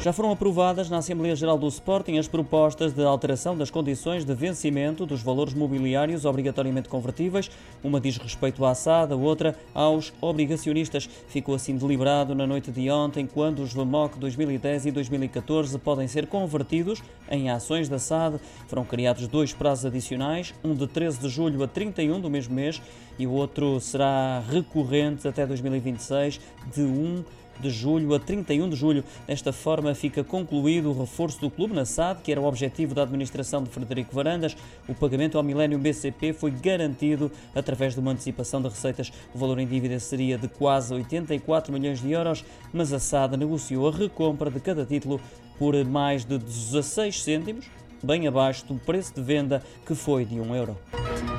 Já foram aprovadas na Assembleia Geral do Sporting as propostas de alteração das condições de vencimento dos valores mobiliários obrigatoriamente convertíveis. Uma diz respeito à SAD, a outra aos obrigacionistas. Ficou assim deliberado na noite de ontem, quando os VMOC 2010 e 2014 podem ser convertidos em ações da SAD. Foram criados dois prazos adicionais, um de 13 de julho a 31 do mesmo mês e o outro será recorrente até 2026, de 1 de julho a 31 de julho. Desta forma fica concluído o reforço do clube na SAD, que era o objetivo da administração de Frederico Varandas. O pagamento ao Millennium BCP foi garantido através de uma antecipação de receitas. O valor em dívida seria de quase 84 milhões de euros, mas a SAD negociou a recompra de cada título por mais de 16 cêntimos, bem abaixo do preço de venda, que foi de 1 euro.